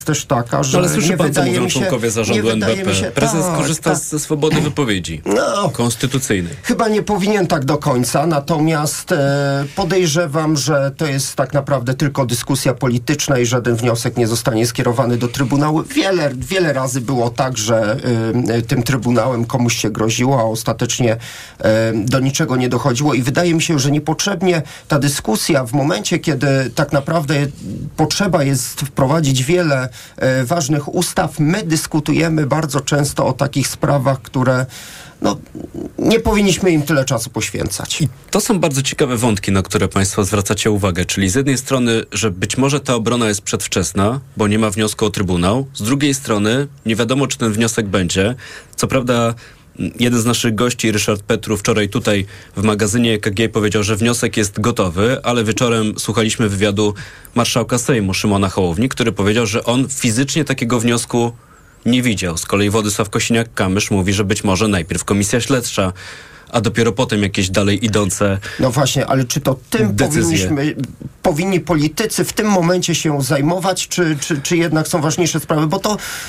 też taka, że ale słyszy pan, co mówią członkowie zarządu NBP. Prezes korzysta ze swobody wypowiedzi konstytucyjnej. Chyba nie powinien tak do końca, natomiast podejrzewam, że to jest tak naprawdę tylko dyskusja polityczna i żaden wniosek nie zostanie skierowany do Trybunału. Wiele razy było tak, że tym Trybunałem komuś się groziło, a ostatecznie do niczego nie dochodziło i wydaje mi się, że niepotrzebnie ta dyskusja w momencie, kiedy tak naprawdę potrzeba jest wprowadzić wiele ważnych ustaw. My dyskutujemy bardzo często o takich sprawach, które nie powinniśmy im tyle czasu poświęcać. I to są bardzo ciekawe wątki, na które państwo zwracacie uwagę. Czyli z jednej strony, że być może ta obrona jest przedwczesna, bo nie ma wniosku o Trybunał. Z drugiej strony, nie wiadomo, czy ten wniosek będzie. Co prawda, jeden z naszych gości, Ryszard Petru, wczoraj tutaj w magazynie EKG powiedział, że wniosek jest gotowy, ale wieczorem słuchaliśmy wywiadu marszałka Sejmu Szymona Hołowni, który powiedział, że on fizycznie takiego wniosku nie widział. Z kolei Władysław Kosiniak-Kamysz mówi, że być może najpierw komisja śledcza, a dopiero potem jakieś dalej idące No właśnie, ale czy to tym powinni politycy w tym momencie się zajmować, czy jednak są ważniejsze sprawy? Bo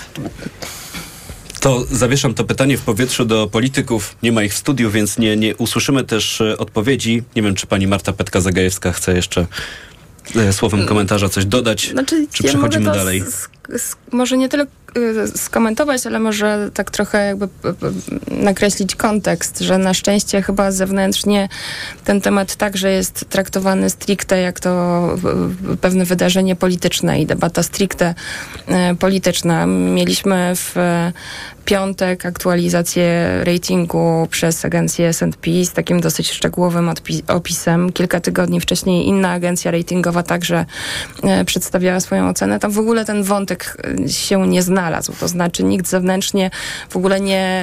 to zawieszam to pytanie w powietrzu do polityków. Nie ma ich w studiu, więc nie usłyszymy też odpowiedzi. Nie wiem, czy pani Marta Petka-Zagajewska chce jeszcze słowem komentarza coś dodać, czy przechodzimy dalej? Może nie tyle skomentować, ale może tak trochę jakby nakreślić kontekst, że na szczęście chyba zewnętrznie ten temat także jest traktowany stricte jak to pewne wydarzenie polityczne i debata stricte polityczna. Mieliśmy w piątek aktualizację ratingu przez agencję S&P z takim dosyć szczegółowym opisem. Kilka tygodni wcześniej inna agencja ratingowa także przedstawiała swoją ocenę. Tam w ogóle ten wątek się nie znalazł. To znaczy nikt zewnętrznie w ogóle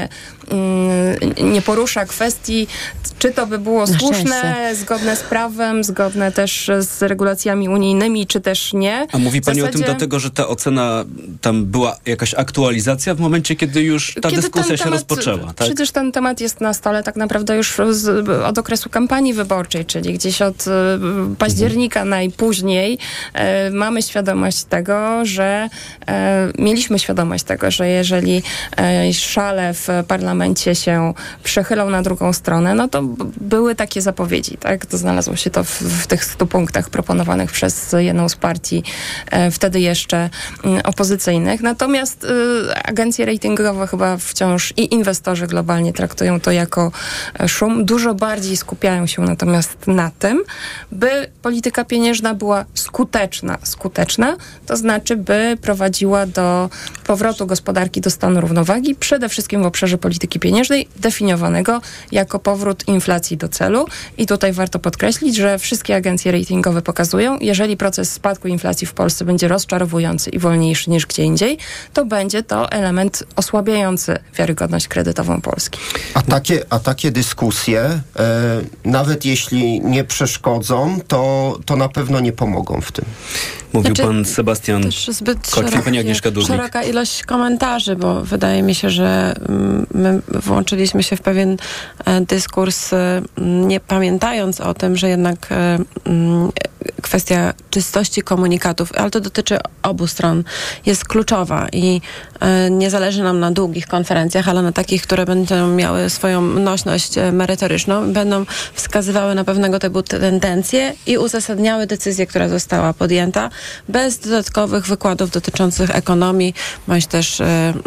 nie porusza kwestii, czy to by było słuszne, zgodne z prawem, zgodne też z regulacjami unijnymi, czy też nie. A mówi pani o tym dlatego, że ta ocena, tam była jakaś aktualizacja w momencie, kiedy już ta dyskusja się rozpoczęła, tak? Przecież ten temat jest na stole tak naprawdę już od okresu kampanii wyborczej, czyli gdzieś od października najpóźniej mamy świadomość tego, że mieliśmy świadomość tego, że jeżeli szale w parlamencie się przechylą na drugą stronę, no to były takie zapowiedzi, tak? To znalazło się to w tych 100 punktach proponowanych przez jedną z partii wtedy jeszcze opozycyjnych. Natomiast agencje ratingowe chyba wciąż i inwestorzy globalnie traktują to jako szum. Dużo bardziej skupiają się natomiast na tym, by polityka pieniężna była skuteczna, to znaczy by prowadziła do powrotu gospodarki do stanu równowagi, przede wszystkim w obszarze polityki pieniężnej, definiowanego jako powrót inflacji do celu. I tutaj warto podkreślić, że wszystkie agencje ratingowe pokazują, jeżeli proces spadku inflacji w Polsce będzie rozczarowujący i wolniejszy niż gdzie indziej, to będzie to element osłabiający wiarygodność kredytową Polski. A takie dyskusje, nawet jeśli nie przeszkodzą, to na pewno nie pomogą w tym. Mówił pan Sebastian Kotwin, pani Agnieszka Dudnik. Szeroka ilość komentarzy, bo wydaje mi się, że my włączyliśmy się w pewien dyskurs, nie pamiętając o tym, że jednak kwestia czystości komunikatów, ale to dotyczy obu stron, jest kluczowa i nie zależy nam na długich konferencjach, ale na takich, które będą miały swoją nośność merytoryczną, będą wskazywały na pewnego typu tendencje i uzasadniały decyzję, która została podjęta, bez dodatkowych wykładów dotyczących ekonomii, bądź też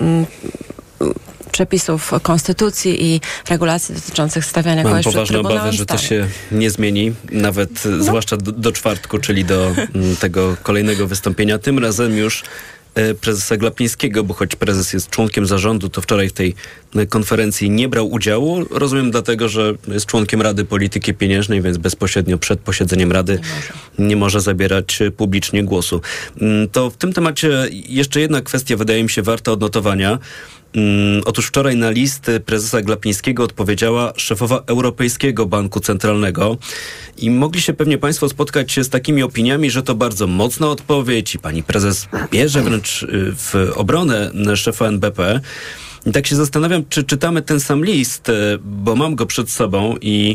przepisów konstytucji i regulacji dotyczących stawiania kogoś przed Trybunałem Stanu. Mam poważne obawy, że to się nie zmieni, nawet zwłaszcza do czwartku, czyli do tego kolejnego wystąpienia. Tym razem już prezesa Glapińskiego, bo choć prezes jest członkiem zarządu, to wczoraj w tej konferencji nie brał udziału. Rozumiem dlatego, że jest członkiem Rady Polityki Pieniężnej, więc bezpośrednio przed posiedzeniem Rady nie może zabierać publicznie głosu. To w tym temacie jeszcze jedna kwestia wydaje mi się warta odnotowania. Otóż wczoraj na list prezesa Glapińskiego odpowiedziała szefowa Europejskiego Banku Centralnego i mogli się pewnie państwo spotkać z takimi opiniami, że to bardzo mocna odpowiedź i pani prezes bierze wręcz w obronę szefa NBP. I tak się zastanawiam, czy czytamy ten sam list, bo mam go przed sobą i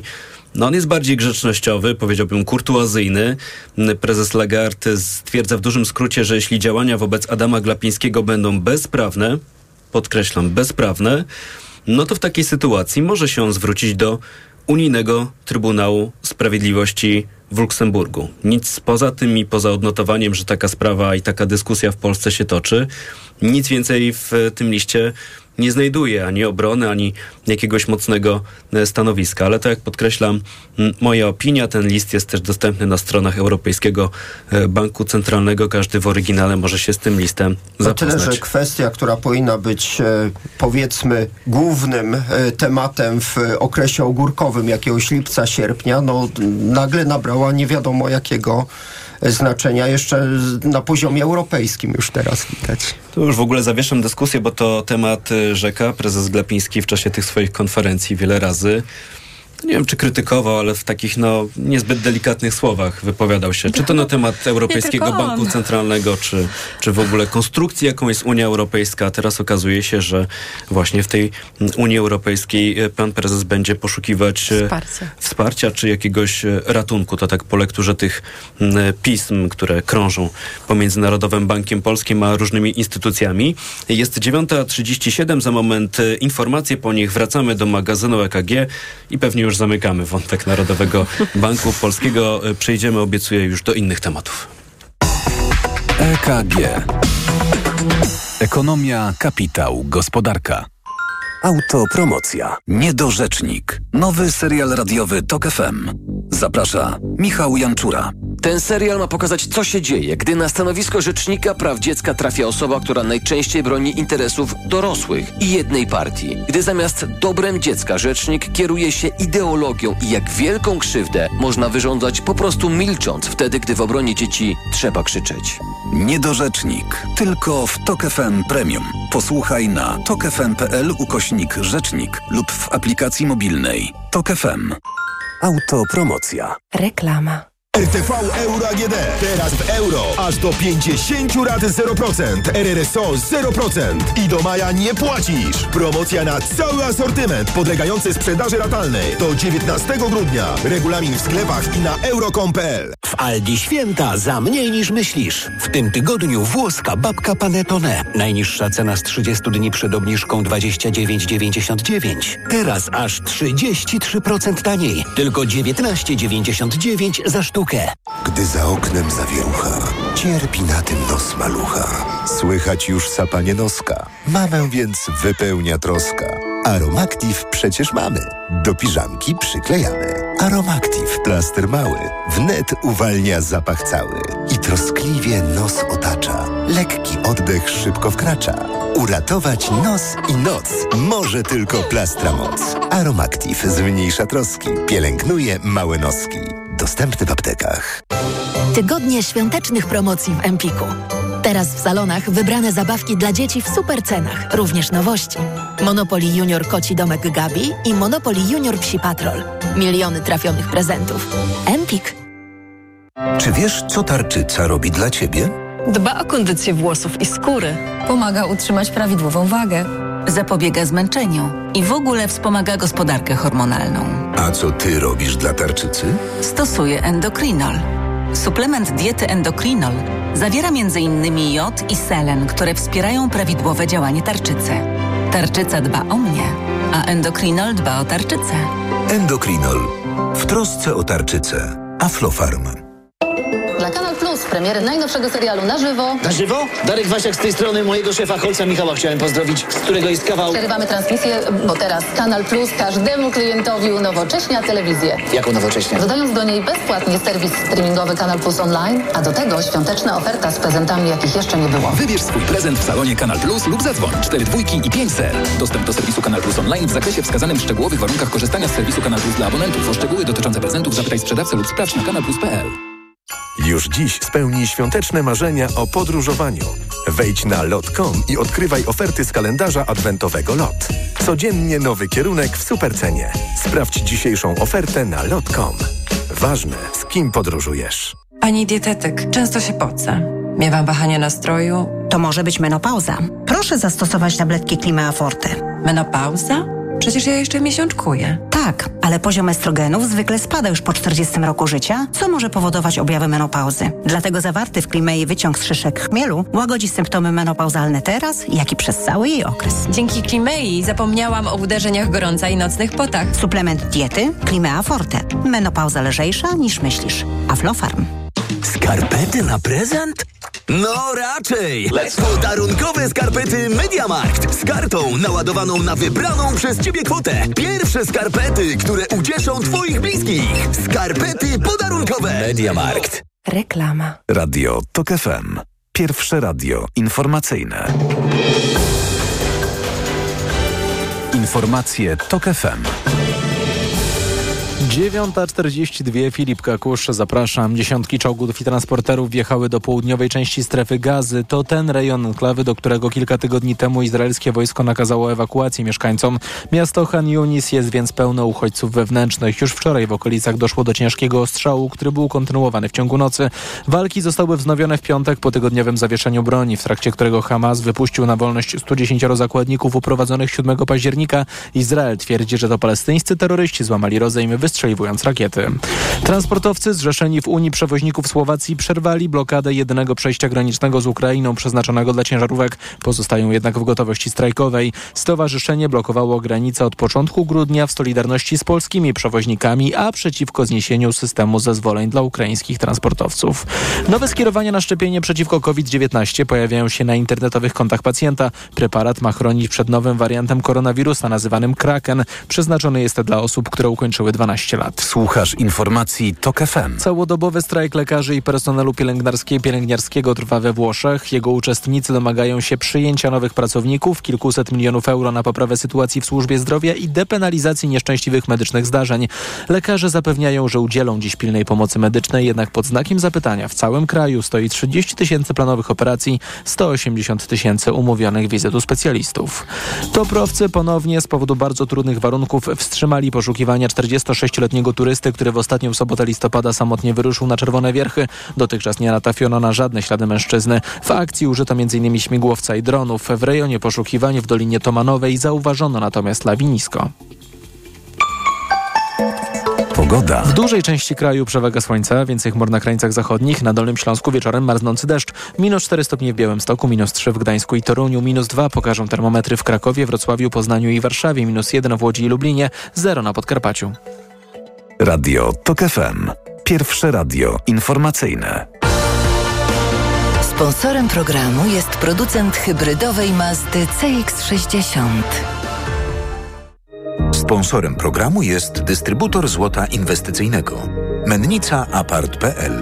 on jest bardziej grzecznościowy, powiedziałbym kurtuazyjny. Prezes Lagarde stwierdza w dużym skrócie, że jeśli działania wobec Adama Glapińskiego będą bezprawne, podkreślam, bezprawne, no to w takiej sytuacji może się on zwrócić do Unijnego Trybunału Sprawiedliwości w Luksemburgu. Nic poza tym i poza odnotowaniem, że taka sprawa i taka dyskusja w Polsce się toczy, nic więcej w tym liście nie znajduje ani obrony, ani jakiegoś mocnego stanowiska. Ale to, jak podkreślam, moja opinia, ten list jest też dostępny na stronach Europejskiego Banku Centralnego. Każdy w oryginale może się z tym listem zapoznać. O tyle, że kwestia, która powinna być, powiedzmy, głównym tematem w okresie ogórkowym jakiegoś lipca, sierpnia, no nagle nabrała nie wiadomo jakiego znaczenia jeszcze na poziomie europejskim już teraz widać. To już w ogóle zawieszam dyskusję, bo to temat rzeka. Prezes Glapiński w czasie tych swoich konferencji wiele razy, nie wiem czy krytykował, ale w takich niezbyt delikatnych słowach wypowiadał się. Czy to na temat Europejskiego Banku Centralnego, czy w ogóle konstrukcji, jaką jest Unia Europejska. Teraz okazuje się, że właśnie w tej Unii Europejskiej pan prezes będzie poszukiwać wsparcia czy jakiegoś ratunku. To tak po lekturze tych pism, które krążą pomiędzy Narodowym Bankiem Polskim a różnymi instytucjami. Jest 9:37, za moment informacje, po nich wracamy do magazynu EKG i pewnie już zamykamy wątek Narodowego Banku Polskiego. Przejdziemy, obiecuję, już do innych tematów. EKG. Ekonomia, kapitał, gospodarka. Autopromocja. Niedorzecznik. Nowy serial radiowy TOK FM. Zaprasza Michał Janczura. Ten serial ma pokazać, co się dzieje, gdy na stanowisko rzecznika praw dziecka trafia osoba, która najczęściej broni interesów dorosłych i jednej partii. Gdy zamiast dobrem dziecka rzecznik kieruje się ideologią i jak wielką krzywdę można wyrządzać po prostu milcząc wtedy, gdy w obronie dzieci trzeba krzyczeć. Niedorzecznik. Tylko w TOK FM Premium. Posłuchaj na tokfm.pl/rzecznik lub w aplikacji mobilnej. TOK FM. Autopromocja. Reklama. RTV Euro AGD. Teraz w euro. Aż do 50 rat 0%. RRSO 0%. I do maja nie płacisz. Promocja na cały asortyment podlegający sprzedaży ratalnej. Do 19 grudnia. Regulamin w sklepach i na euro.com.pl. W Aldi święta za mniej niż myślisz. W tym tygodniu włoska babka Panettone. Najniższa cena z 30 dni przed obniżką 29,99. Teraz aż 33% taniej. Tylko 19,99 za sztukę. Gdy za oknem zawierucha, cierpi na tym nos malucha. Słychać już sapanie noska. Mamę więc wypełnia troska. Aromactive przecież mamy. Do piżamki przyklejamy. Aromactive, plaster mały. Wnet uwalnia zapach cały. I troskliwie nos otacza. Lekki oddech szybko wkracza. Uratować nos i noc może tylko plastra moc. Aromactive zmniejsza troski. Pielęgnuje małe noski. Dostępny w aptekach. Tygodnie świątecznych promocji w Empiku. Teraz w salonach wybrane zabawki dla dzieci w super cenach. Również nowości. Monopoly Junior Koci Domek Gabi i Monopoly Junior Psi Patrol. Miliony trafionych prezentów. Empik. Czy wiesz, co tarczyca robi dla ciebie? Dba o kondycję włosów i skóry. Pomaga utrzymać prawidłową wagę. Zapobiega zmęczeniu i w ogóle wspomaga gospodarkę hormonalną. A co ty robisz dla tarczycy? Stosuję Endokrinol. Suplement diety Endokrinol zawiera m.in. jod i selen, które wspierają prawidłowe działanie tarczycy. Tarczyca dba o mnie, a Endokrinol dba o tarczycę. Endokrinol. W trosce o tarczycę. Aflofarm. Dla Kanal Plus premiery najnowszego serialu Na żywo. Na żywo? Darek Wasiak z tej strony, mojego szefa Holca Michała chciałem pozdrowić, z którego jest kawał... Przerywamy transmisję, bo teraz Kanal Plus każdemu klientowi unowocześnia telewizję. Jak unowocześnia? Dodając do niej bezpłatnie serwis streamingowy Kanal Plus Online, a do tego świąteczna oferta z prezentami, jakich jeszcze nie było. Wybierz swój prezent w salonie Kanal Plus lub zadzwoń 4 dwójki i 5 zer. Dostęp do serwisu Kanal Plus Online w zakresie wskazanym w szczegółowych warunkach korzystania z serwisu Kanal Plus dla abonentów. O szczegóły dotyczące prezentów zapytaj sprzedawcę lub sprawdź na kanalplus.pl. Już dziś spełnij świąteczne marzenia o podróżowaniu. Wejdź na lot.com i odkrywaj oferty z kalendarza adwentowego LOT. Codziennie nowy kierunek w supercenie. Sprawdź dzisiejszą ofertę na lot.com. Ważne, z kim podróżujesz. Pani dietetyk, często się pocę. Miewam wahania nastroju. To może być menopauza. Proszę zastosować tabletki Klima Forte. Menopauza? Przecież ja jeszcze miesiączkuję. Tak, Tak, ale poziom estrogenów zwykle spada już po 40 roku życia, co może powodować objawy menopauzy. Dlatego zawarty w Klimei wyciąg z szyszek chmielu łagodzi symptomy menopauzalne teraz, jak i przez cały jej okres. Dzięki Klimei zapomniałam o uderzeniach gorąca i nocnych potach. Suplement diety Klimea Forte. Menopauza lżejsza niż myślisz. Aflofarm. Skarpety na prezent? No raczej! Podarunkowe skarpety MediaMarkt z kartą naładowaną na wybraną przez Ciebie kwotę. Pierwsze skarpety, które ucieszą Twoich bliskich. Skarpety podarunkowe. MediaMarkt. Reklama. Radio TOK FM. Pierwsze radio informacyjne. Informacje TOK FM. 9:42, Filip Kakusz, zapraszam. Dziesiątki czołgów i transporterów wjechały do południowej części strefy Gazy. To ten rejon enklawy, do którego kilka tygodni temu izraelskie wojsko nakazało ewakuację mieszkańcom. Miasto Han Yunis jest więc pełne uchodźców wewnętrznych. Już wczoraj w okolicach doszło do ciężkiego ostrzału, który był kontynuowany w ciągu nocy. Walki zostały wznowione w piątek po tygodniowym zawieszeniu broni, w trakcie którego Hamas wypuścił na wolność 110 zakładników uprowadzonych 7 października. Izrael twierdzi, że to palestyńscy terroryści złamali rozejmy, wystrzeliwując rakiety. Transportowcy zrzeszeni w Unii Przewoźników Słowacji przerwali blokadę jedynego przejścia granicznego z Ukrainą przeznaczonego dla ciężarówek. Pozostają jednak w gotowości strajkowej. Stowarzyszenie blokowało granicę od początku grudnia w solidarności z polskimi przewoźnikami, a przeciwko zniesieniu systemu zezwoleń dla ukraińskich transportowców. Nowe skierowania na szczepienie przeciwko COVID-19 pojawiają się na internetowych kontach pacjenta. Preparat ma chronić przed nowym wariantem koronawirusa nazywanym Kraken. Przeznaczony jest dla osób, które ukończyły 12 lat. Słuchasz informacji TOK FM. Całodobowy strajk lekarzy i personelu pielęgniarskiego trwa we Włoszech. Jego uczestnicy domagają się przyjęcia nowych pracowników, kilkuset milionów euro na poprawę sytuacji w służbie zdrowia i depenalizacji nieszczęśliwych medycznych zdarzeń. Lekarze zapewniają, że udzielą dziś pilnej pomocy medycznej, jednak pod znakiem zapytania w całym kraju stoi 30 000 planowych operacji, 180 000 umówionych wizyt u specjalistów. Toprowcy ponownie z powodu bardzo trudnych warunków wstrzymali poszukiwania 46-letniego turysty, który w ostatnią sobotę listopada samotnie wyruszył na Czerwone Wierchy. Dotychczas nie natrafiono na żadne ślady mężczyzny. W akcji użyto m.in. śmigłowca i dronów. W rejonie poszukiwań w Dolinie Tomanowej zauważono natomiast lawinisko. Pogoda. W dużej części kraju przewaga słońca, więcej chmur na krańcach zachodnich. Na Dolnym Śląsku wieczorem marznący deszcz. -4 stopnie w Białymstoku, -3 w Gdańsku i Toruniu, -2 pokażą termometry w Krakowie, Wrocławiu, Poznaniu i Warszawie, -1 w Łodzi i Lublinie, 0 na Podkarpaciu. Radio TOK FM. Pierwsze radio informacyjne. Sponsorem programu jest producent hybrydowej Mazdy CX-60. Sponsorem programu jest dystrybutor złota inwestycyjnego. Mennica Apart.pl.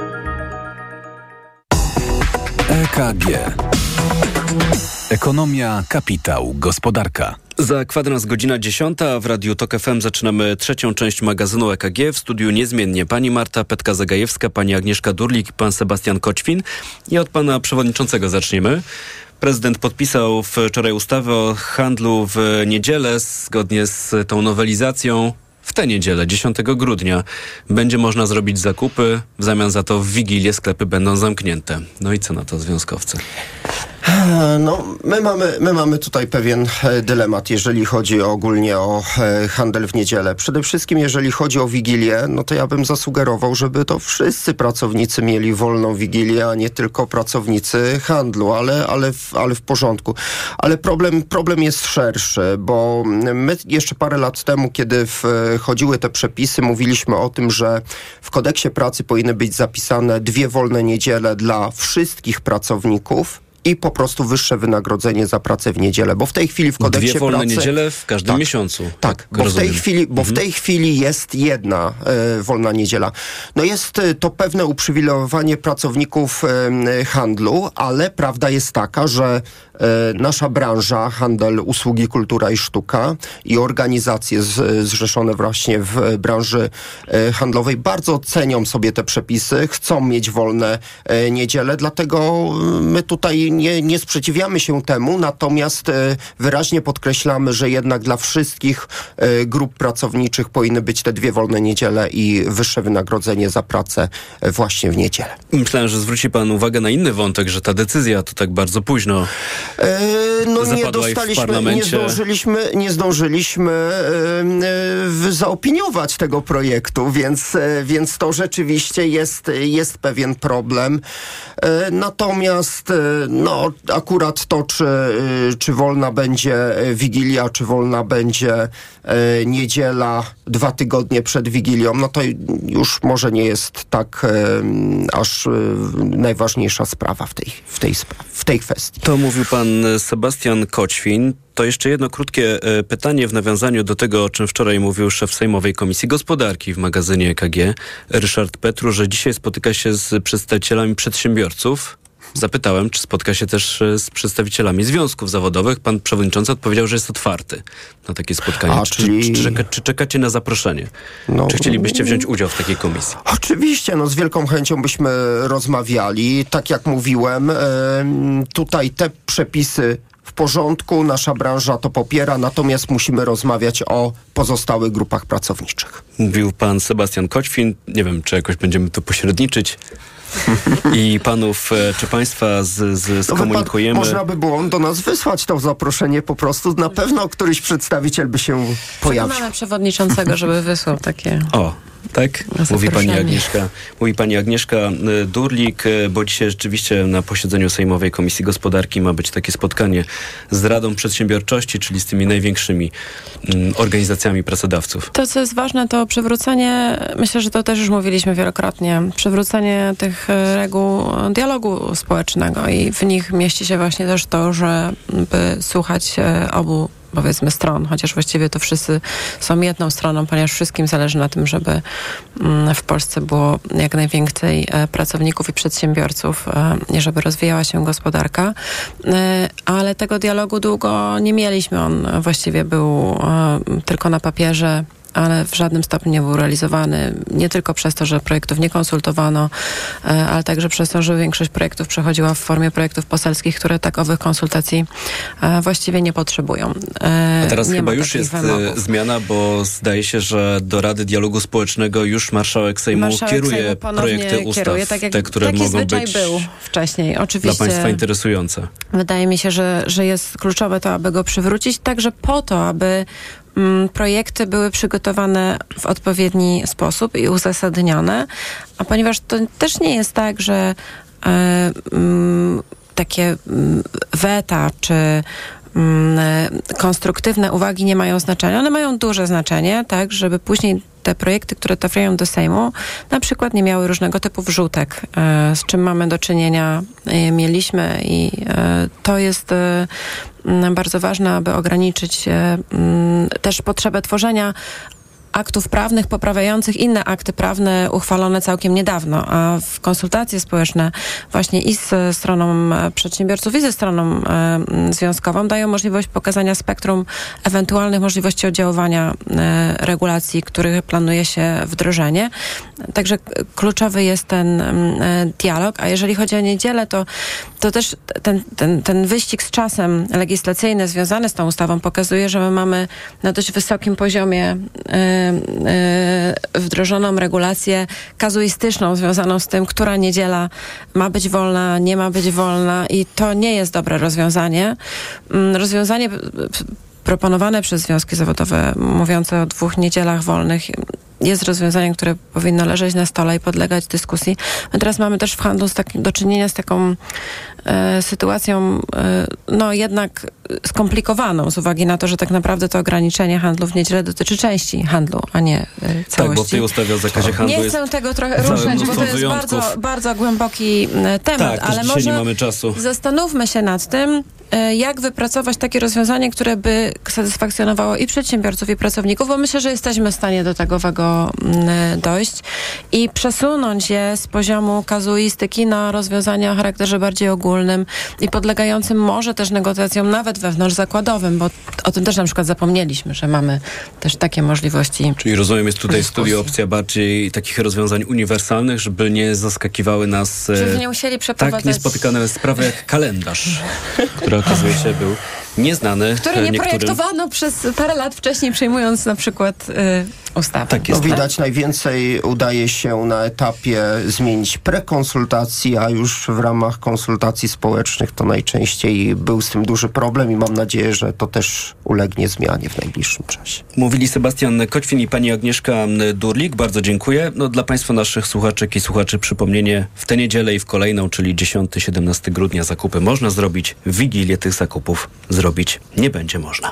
EKG. Ekonomia, kapitał, gospodarka. Za kwadrans godzina 10, a w Radiu TOK FM zaczynamy trzecią część magazynu EKG. W studiu niezmiennie pani Marta Petka-Zagajewska, pani Agnieszka Durlik i pan Sebastian Koćwin. I od pana przewodniczącego zaczniemy. Prezydent podpisał wczoraj ustawę o handlu w niedzielę. Zgodnie z tą nowelizacją w tę niedzielę, 10 grudnia, będzie można zrobić zakupy. W zamian za to w Wigilię sklepy będą zamknięte. No i co na to związkowcy? No, my mamy tutaj pewien dylemat, jeżeli chodzi ogólnie o handel w niedzielę. Przede wszystkim, jeżeli chodzi o Wigilię, no to ja bym zasugerował, żeby to wszyscy pracownicy mieli wolną Wigilię, a nie tylko pracownicy handlu, ale w porządku. Ale problem jest szerszy, bo my jeszcze parę lat temu, kiedy wchodziły te przepisy, mówiliśmy o tym, że w kodeksie pracy powinny być zapisane 2 wolne niedziele dla wszystkich pracowników i po prostu wyższe wynagrodzenie za pracę w niedzielę, bo w tej chwili w kodeksie pracy... 2 wolne niedziele w każdym miesiącu. Tak, bo w tej chwili jest jedna wolna niedziela. No jest to pewne uprzywilejowanie pracowników handlu, ale prawda jest taka, że nasza branża, handel, usługi, kultura i sztuka i organizacje zrzeszone właśnie w branży handlowej bardzo cenią sobie te przepisy, chcą mieć wolne niedziele, dlatego my tutaj nie sprzeciwiamy się temu, natomiast wyraźnie podkreślamy, że jednak dla wszystkich grup pracowniczych powinny być te 2 wolne niedziele i wyższe wynagrodzenie za pracę właśnie w niedzielę. Myślałem, że zwróci pan uwagę na inny wątek, że ta decyzja to tak bardzo późno Nie zdążyliśmy zaopiniować tego projektu, więc to rzeczywiście jest pewien problem. Natomiast akurat to, czy wolna będzie Wigilia, czy wolna będzie niedziela 2 tygodnie przed Wigilią, no to już może nie jest tak aż najważniejsza sprawa w tej kwestii. To mówił pan Sebastian Koćwin. To jeszcze jedno krótkie pytanie w nawiązaniu do tego, o czym wczoraj mówił szef Sejmowej Komisji Gospodarki w magazynie EKG, Ryszard Petru, że dzisiaj spotyka się z przedstawicielami przedsiębiorców. Zapytałem, czy spotka się też z przedstawicielami związków zawodowych. Pan przewodniczący odpowiedział, że jest otwarty na takie spotkanie. Czy czekacie na zaproszenie? Czy chcielibyście wziąć udział w takiej komisji? Oczywiście, z wielką chęcią byśmy rozmawiali. Tak jak mówiłem, tutaj te przepisy w porządku, nasza branża to popiera, natomiast musimy rozmawiać o pozostałych grupach pracowniczych. Mówił pan Sebastian Koćwin. Nie wiem, czy jakoś będziemy tu pośredniczyć. I panów, czy państwa skomunikujemy? Można by było do nas wysłać to zaproszenie po prostu. Na pewno któryś przedstawiciel by się pojawił. Mamy przewodniczącego, żeby wysłał takie... Tak? Mówi pani Agnieszka Durlik, bo dzisiaj rzeczywiście na posiedzeniu Sejmowej Komisji Gospodarki ma być takie spotkanie z Radą Przedsiębiorczości, czyli z tymi największymi organizacjami pracodawców. To, co jest ważne, to przywrócenie, myślę, że to też już mówiliśmy wielokrotnie, przywrócenie tych reguł dialogu społecznego i w nich mieści się właśnie też to, żeby słuchać obu, powiedzmy, stron, chociaż właściwie to wszyscy są jedną stroną, ponieważ wszystkim zależy na tym, żeby w Polsce było jak najwięcej pracowników i przedsiębiorców i żeby rozwijała się gospodarka. Ale tego dialogu długo nie mieliśmy. On właściwie był tylko na papierze, ale w żadnym stopniu nie był realizowany. Nie tylko przez to, że projektów nie konsultowano, ale także przez to, że większość projektów przechodziła w formie projektów poselskich, które takowych konsultacji właściwie nie potrzebują. A teraz chyba już jest zmiana, bo zdaje się, że do Rady Dialogu Społecznego już marszałek Sejmu kieruje projekty ustaw, te, które mogą być był wcześniej. Oczywiście dla państwa interesujące. Wydaje mi się, że jest kluczowe to, aby go przywrócić, także po to, aby projekty były przygotowane w odpowiedni sposób i uzasadnione, a ponieważ to też nie jest tak, że takie weta czy konstruktywne uwagi nie mają znaczenia. One mają duże znaczenie, tak, żeby później te projekty, które trafiają do Sejmu, na przykład nie miały różnego typu wrzutek, z czym mamy do czynienia, mieliśmy i to jest bardzo ważne, aby ograniczyć też potrzebę tworzenia aktów prawnych poprawiających inne akty prawne uchwalone całkiem niedawno, a w konsultacje społeczne właśnie i z stroną przedsiębiorców, i ze stroną związkową dają możliwość pokazania spektrum ewentualnych możliwości oddziaływania regulacji, których planuje się wdrożenie. Także kluczowy jest ten dialog, a jeżeli chodzi o niedzielę, to też ten wyścig z czasem legislacyjny związany z tą ustawą pokazuje, że my mamy na dość wysokim poziomie wdrożoną regulację kazuistyczną związaną z tym, która niedziela ma być wolna, nie ma być wolna i to nie jest dobre rozwiązanie. Rozwiązanie proponowane przez związki zawodowe mówiące o 2 niedzielach wolnych jest rozwiązaniem, które powinno leżeć na stole i podlegać dyskusji. My teraz mamy też w handlu do czynienia z taką sytuacją jednak skomplikowaną z uwagi na to, że tak naprawdę to ograniczenie handlu w niedzielę dotyczy części handlu, a nie całości. Tak, bo w tej ustawie o zakazie handlu nie chcę tego trochę ruszać, bo to jest bardzo, bardzo głęboki temat, ale może nie mamy czasu. Zastanówmy się nad tym, jak wypracować takie rozwiązanie, które by satysfakcjonowało i przedsiębiorców, i pracowników, bo myślę, że jesteśmy w stanie do tegowego dojść i przesunąć je z poziomu kazuistyki na rozwiązania o charakterze bardziej ogólnym i podlegającym może też negocjacjom nawet wewnątrzzakładowym, bo o tym też na przykład zapomnieliśmy, że mamy też takie możliwości. Czyli rozumiem, jest tutaj w studiu opcja bardziej takich rozwiązań uniwersalnych, żeby nie zaskakiwały nas żeby nie musieli przeprowadzać tak niespotykane sprawy jak kalendarz, który okazuje się był nieznany. Który nie projektowano przez parę lat wcześniej, przejmując na przykład ustawy. Tak jest. No widać, najwięcej udaje się na etapie zmienić prekonsultacji, a już w ramach konsultacji społecznych to najczęściej był z tym duży problem i mam nadzieję, że to też ulegnie zmianie w najbliższym czasie. Mówili Sebastian Koćwin i pani Agnieszka Durlik. Bardzo dziękuję. No, dla państwa naszych słuchaczek i słuchaczy przypomnienie, w tę niedzielę i w kolejną, czyli 10-17 grudnia zakupy można zrobić. W Wigilię tych zakupów zrobić nie będzie można.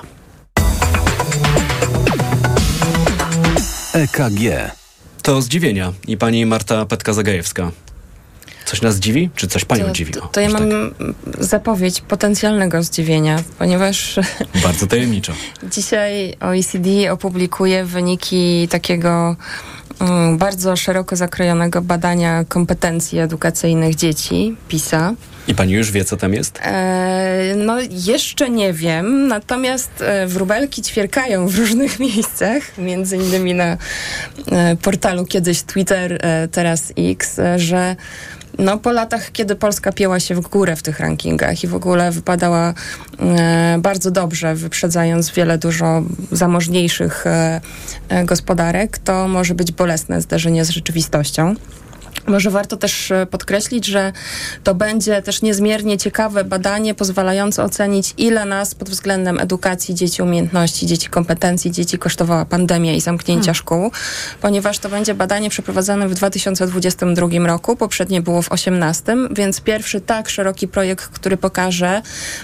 EKG. To zdziwienia i pani Marta Petka-Zagajewska. Coś nas dziwi? Czy coś panią dziwi? To ja mam zapowiedź potencjalnego zdziwienia, ponieważ bardzo tajemniczo. Dzisiaj OECD opublikuje wyniki takiego bardzo szeroko zakrojonego badania kompetencji edukacyjnych dzieci, PISA. I pani już wie, co tam jest? No jeszcze nie wiem, natomiast wróbelki ćwierkają w różnych miejscach, między innymi na portalu kiedyś Twitter, teraz X, że no, po latach, kiedy Polska pięła się w górę w tych rankingach i w ogóle wypadała bardzo dobrze, wyprzedzając wiele dużo zamożniejszych gospodarek, to może być bolesne zderzenie z rzeczywistością. Może warto też podkreślić, że to będzie też niezmiernie ciekawe badanie pozwalające ocenić, ile nas pod względem edukacji, dzieci umiejętności, dzieci kompetencji, dzieci kosztowała pandemia i zamknięcia szkół, ponieważ to będzie badanie przeprowadzone w 2022 roku, poprzednie było w 2018, więc pierwszy tak szeroki projekt, który pokaże,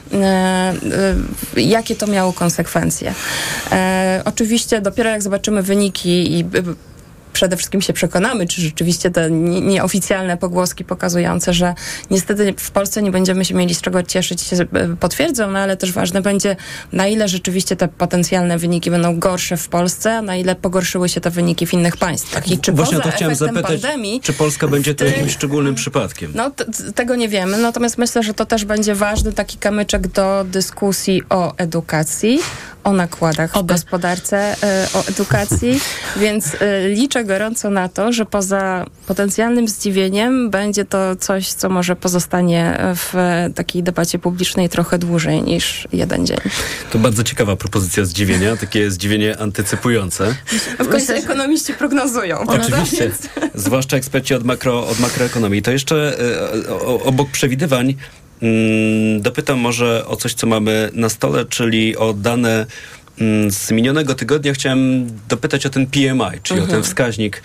jakie to miało konsekwencje. Oczywiście dopiero jak zobaczymy wyniki i przede wszystkim się przekonamy, czy rzeczywiście te nieoficjalne pogłoski pokazujące, że niestety w Polsce nie będziemy się mieli z czego cieszyć, się potwierdzą, no ale też ważne będzie, na ile rzeczywiście te potencjalne wyniki będą gorsze w Polsce, a na ile pogorszyły się te wyniki w innych państwach. I czy właśnie poza to chciałem zapytać, pandemii, czy Polska będzie tu jakimś szczególnym przypadkiem? No tego nie wiemy, natomiast myślę, że to też będzie ważny taki kamyczek do dyskusji o edukacji, o nakładach w gospodarce, o edukacji, więc liczę gorąco na to, że poza potencjalnym zdziwieniem będzie to coś, co może pozostanie w takiej debacie publicznej trochę dłużej niż jeden dzień. To bardzo ciekawa propozycja zdziwienia, takie zdziwienie antycypujące. W końcu ekonomiści prognozują. Oczywiście, zwłaszcza eksperci od makroekonomii. To jeszcze obok przewidywań dopytam może o coś, co mamy na stole, czyli o dane z minionego tygodnia. Chciałem dopytać o ten PMI, czyli o ten wskaźnik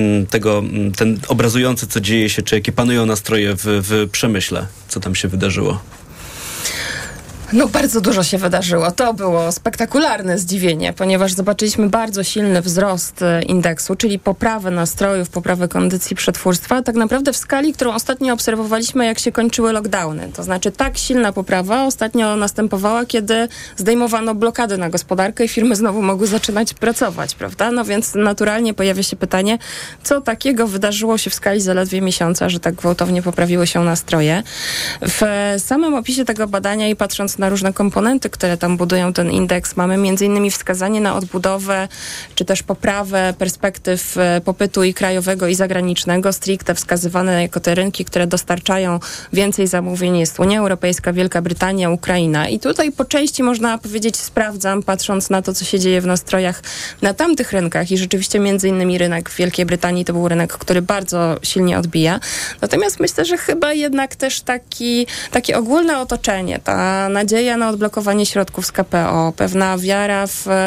ten obrazujący, co dzieje się, czy jakie panują nastroje w przemyśle. Co tam się wydarzyło? No bardzo dużo się wydarzyło. To było spektakularne zdziwienie, ponieważ zobaczyliśmy bardzo silny wzrost indeksu, czyli poprawę nastrojów, poprawę kondycji przetwórstwa, tak naprawdę w skali, którą ostatnio obserwowaliśmy, jak się kończyły lockdowny. To znaczy tak silna poprawa ostatnio następowała, kiedy zdejmowano blokady na gospodarkę i firmy znowu mogły zaczynać pracować, prawda? No więc naturalnie pojawia się pytanie, co takiego wydarzyło się w skali zaledwie miesiąca, że tak gwałtownie poprawiły się nastroje. W samym opisie tego badania i patrząc na różne komponenty, które tam budują ten indeks, mamy między innymi wskazanie na odbudowę, czy też poprawę perspektyw popytu i krajowego, i zagranicznego, stricte wskazywane jako te rynki, które dostarczają więcej zamówień, jest Unia Europejska, Wielka Brytania, Ukraina. I tutaj po części można powiedzieć, sprawdzam, patrząc na to, co się dzieje w nastrojach na tamtych rynkach i rzeczywiście między innymi rynek w Wielkiej Brytanii to był rynek, który bardzo silnie odbija. Natomiast myślę, że chyba jednak też takie ogólne otoczenie, ta nadzieja na odblokowanie środków z KPO, pewna wiara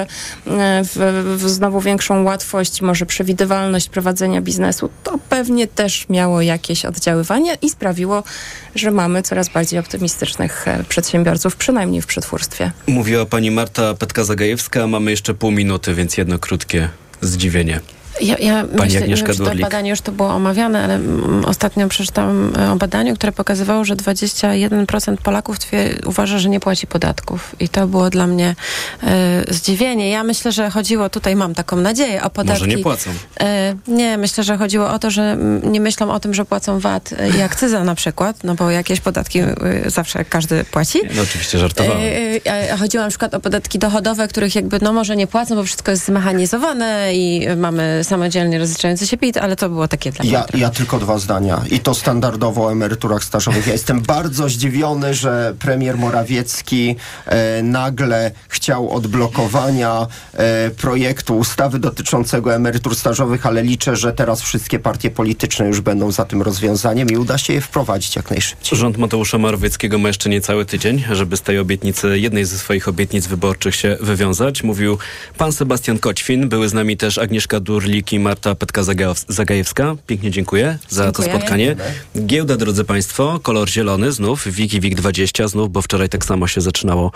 w znowu większą łatwość, może przewidywalność prowadzenia biznesu, to pewnie też miało jakieś oddziaływanie i sprawiło, że mamy coraz bardziej optymistycznych przedsiębiorców, przynajmniej w przetwórstwie. Mówiła pani Marta Petka-Zagajewska, mamy jeszcze pół minuty, więc jedno krótkie zdziwienie. Ja myślę, że to badanie już to było omawiane, ale ostatnio przeczytałam o badaniu, które pokazywało, że 21% Polaków uważa, że nie płaci podatków. I to było dla mnie zdziwienie. Ja myślę, że chodziło, tutaj mam taką nadzieję, o podatki. Może nie płacą? Nie, myślę, że chodziło o to, że nie myślą o tym, że płacą VAT i akcyzę na przykład, no bo jakieś podatki zawsze każdy płaci. No oczywiście żartowałem. Chodziło na przykład o podatki dochodowe, których jakby no może nie płacą, bo wszystko jest zmechanizowane i mamy samodzielnie rozliczający się PIT, ale to było takie dla mnie. Ja tylko 2 zdania. I to standardowo o emeryturach stażowych. Ja jestem bardzo zdziwiony, że premier Morawiecki nagle chciał odblokowania projektu ustawy dotyczącego emerytur stażowych, ale liczę, że teraz wszystkie partie polityczne już będą za tym rozwiązaniem i uda się je wprowadzić jak najszybciej. Rząd Mateusza Morawieckiego ma jeszcze niecały tydzień, żeby z tej obietnicy, jednej ze swoich obietnic wyborczych się wywiązać. Mówił pan Sebastian Koćwin, były z nami też Agnieszka Durlik i Marta Petka-Zagajewska. Pięknie dziękuję za to spotkanie. Giełda, drodzy państwo, kolor zielony znów, WIG20 znów, bo wczoraj tak samo się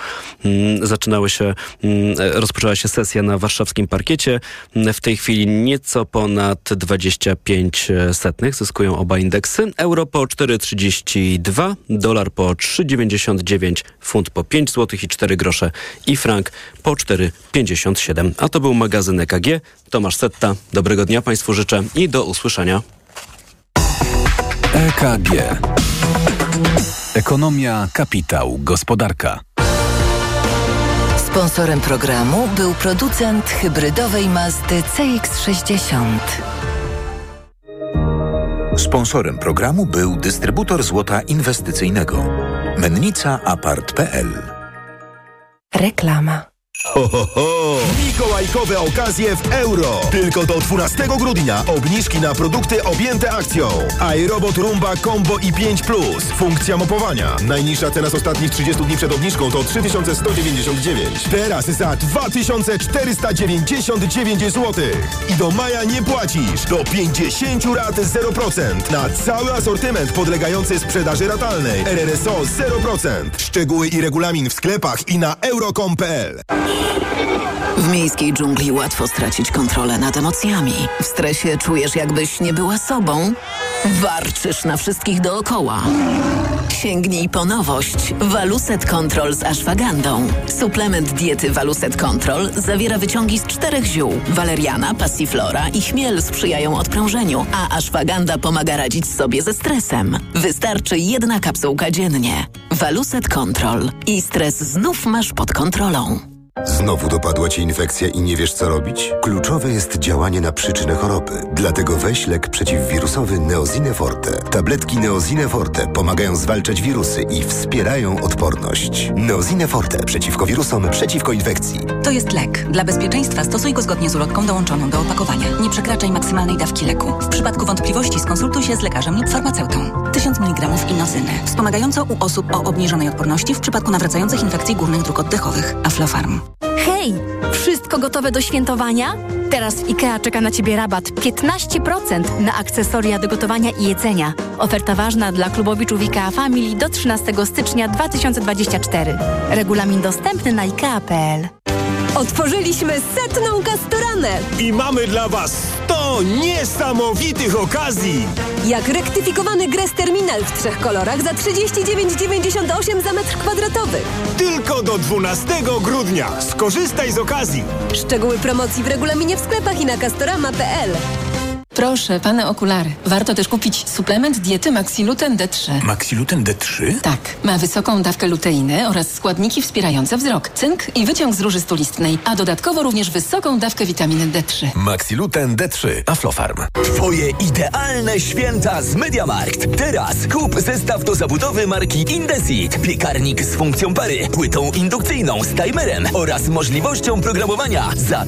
rozpoczęła się sesja na warszawskim parkiecie. W tej chwili nieco ponad 0,25 zyskują oba indeksy. Euro po 4,32, dolar po 3,99, funt po 5 zł i 4 grosze i frank po 4,57. A to był magazyn EKG. Tomasz Setta. Dobrego dnia państwu życzę i do usłyszenia. EKG. Ekonomia, kapitał, gospodarka. Sponsorem programu był producent hybrydowej Mazdy CX-60. Sponsorem programu był dystrybutor złota inwestycyjnego. Mennica Apart.pl. Reklama. Ho, ho, ho! Mikołajkowe okazje w euro. Tylko do 12 grudnia obniżki na produkty objęte akcją. iRobot Roomba Combo i 5+. Funkcja mopowania. Najniższa cena z ostatnich 30 dni przed obniżką to 3199. Teraz za 2499 zł. I do maja nie płacisz. Do 50 rat 0%. Na cały asortyment podlegający sprzedaży ratalnej. RRSO 0%. Szczegóły i regulamin w sklepach i na euro.com.pl. W miejskiej dżungli łatwo stracić kontrolę nad emocjami. W stresie czujesz, jakbyś nie była sobą. Warczysz na wszystkich dookoła. Sięgnij po nowość. Waluset Control z ashwagandą. Suplement diety Waluset Control zawiera wyciągi z 4 ziół. Waleriana, passiflora i chmiel sprzyjają odprężeniu, a ashwaganda pomaga radzić sobie ze stresem. Wystarczy 1 kapsułka dziennie. Waluset Control. I stres znów masz pod kontrolą. Znowu dopadła Cię infekcja i nie wiesz, co robić? Kluczowe jest działanie na przyczynę choroby. Dlatego weź lek przeciwwirusowy Neosine Forte. Tabletki Neosine Forte pomagają zwalczać wirusy i wspierają odporność. Neosine Forte przeciwko wirusom, przeciwko infekcji. To jest lek. Dla bezpieczeństwa stosuj go zgodnie z ulotką dołączoną do opakowania. Nie przekraczaj maksymalnej dawki leku. W przypadku wątpliwości skonsultuj się z lekarzem lub farmaceutą. 1000 mg inozyny. Wspomagająco u osób o obniżonej odporności w przypadku nawracających infekcji górnych dróg oddechowych. Aflofarm. Hej! Wszystko gotowe do świętowania? Teraz w IKEA czeka na Ciebie rabat 15% na akcesoria do gotowania i jedzenia. Oferta ważna dla klubowiczów IKEA Family do 13 stycznia 2024. Regulamin dostępny na IKEA.pl. Otworzyliśmy 100. Castoramę! I mamy dla Was 100 niesamowitych okazji! Jak rektyfikowany Gress Terminal w 3 kolorach za 39,98 za metr kwadratowy. Tylko do 12 grudnia. Skorzystaj z okazji. Szczegóły promocji w regulaminie w sklepach i na castorama.pl. Proszę, pane okulary. Warto też kupić suplement diety Maxiluten D3. Maxiluten D3? Tak. Ma wysoką dawkę luteiny oraz składniki wspierające wzrok, cynk i wyciąg z róży stulistnej, a dodatkowo również wysoką dawkę witaminy D3. Maxiluten D3. Aflofarm. Twoje idealne święta z MediaMarkt. Teraz kup zestaw do zabudowy marki Indesit. Piekarnik z funkcją pary, płytą indukcyjną z timerem oraz możliwością programowania za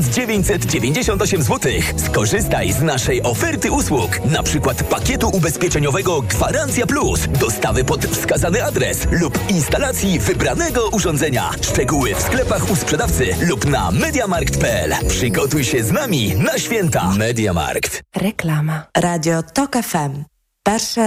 1998 zł. Skorzystaj z naszej oferty usług, na przykład pakietu ubezpieczeniowego Gwarancja Plus, dostawy pod wskazany adres lub instalacji wybranego urządzenia. Szczegóły w sklepach u sprzedawcy lub na mediamarkt.pl. Przygotuj się z nami na święta. MediaMarkt. Reklama. Radio TOK FM. Перше